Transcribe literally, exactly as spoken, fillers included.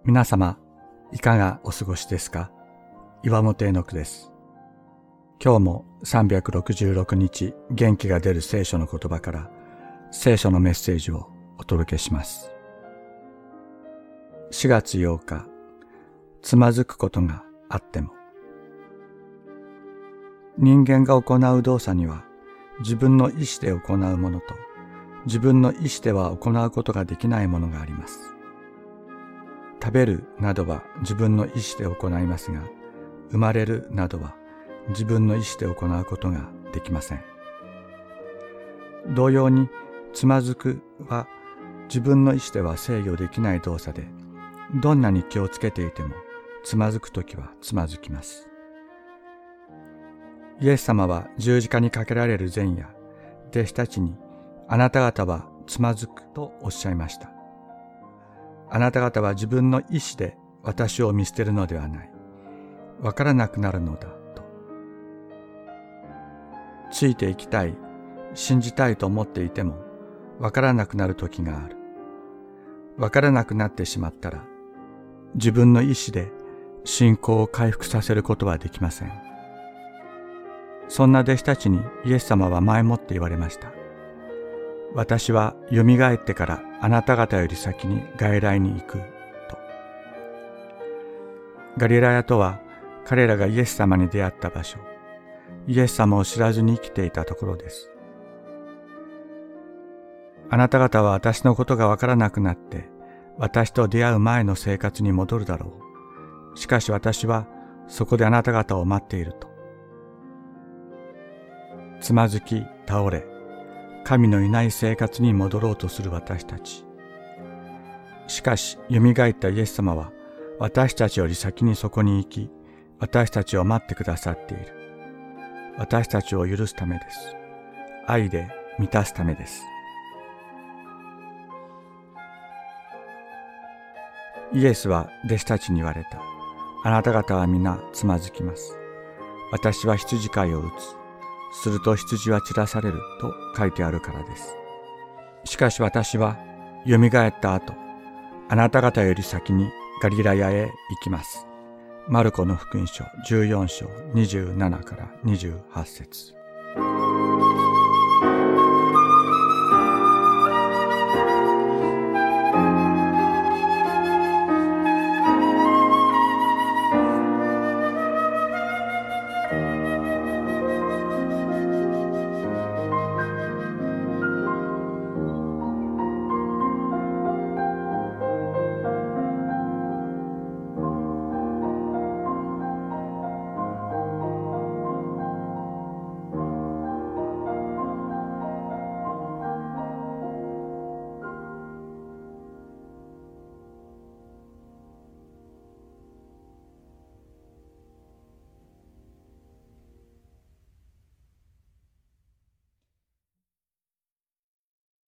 皆様、いかがお過ごしですか？岩本絵の句です。今日もさんびゃくろくじゅうろくにち元気が出る聖書の言葉から聖書のメッセージをお届けします。しがつようか、つまずくことがあっても。人間が行う動作には自分の意志で行うものと自分の意志では行うことができないものがあります。食べるなどは自分の意志で行いますが、生まれるなどは自分の意志で行うことができません。同様に、つまずくは自分の意志では制御できない動作で、どんなに気をつけていてもつまずくときはつまずきます。イエス様は十字架にかけられる前夜、弟子たちに、あなた方はつまずくとおっしゃいました。あなた方は自分の意志で私を見捨てるのではない。わからなくなるのだと。ついていきたい、信じたいと思っていても、わからなくなる時がある。わからなくなってしまったら、自分の意志で信仰を回復させることはできません。そんな弟子たちにイエス様は前もって言われました。私はよみがえってからあなた方より先に外来に行くと。ガリラヤとは彼らがイエス様に出会った場所、イエス様を知らずに生きていたところです。あなた方は私のことがわからなくなって私と出会う前の生活に戻るだろう。しかし私はそこであなた方を待っていると。つまずき倒れ、神のいない生活に戻ろうとする私たち。しかし、よみがえったイエス様は、私たちより先にそこに行き、私たちを待ってくださっている。私たちを許すためです。愛で満たすためです。イエスは弟子たちに言われた。あなた方は皆つまずきます。私は羊飼いを打つ。すると羊は散らされると書いてあるからです。しかし私はよみがえった後、あなた方より先にガリラヤへ行きます。マルコの福音書じゅうよんしょうにじゅうななからにじゅうはちせつ。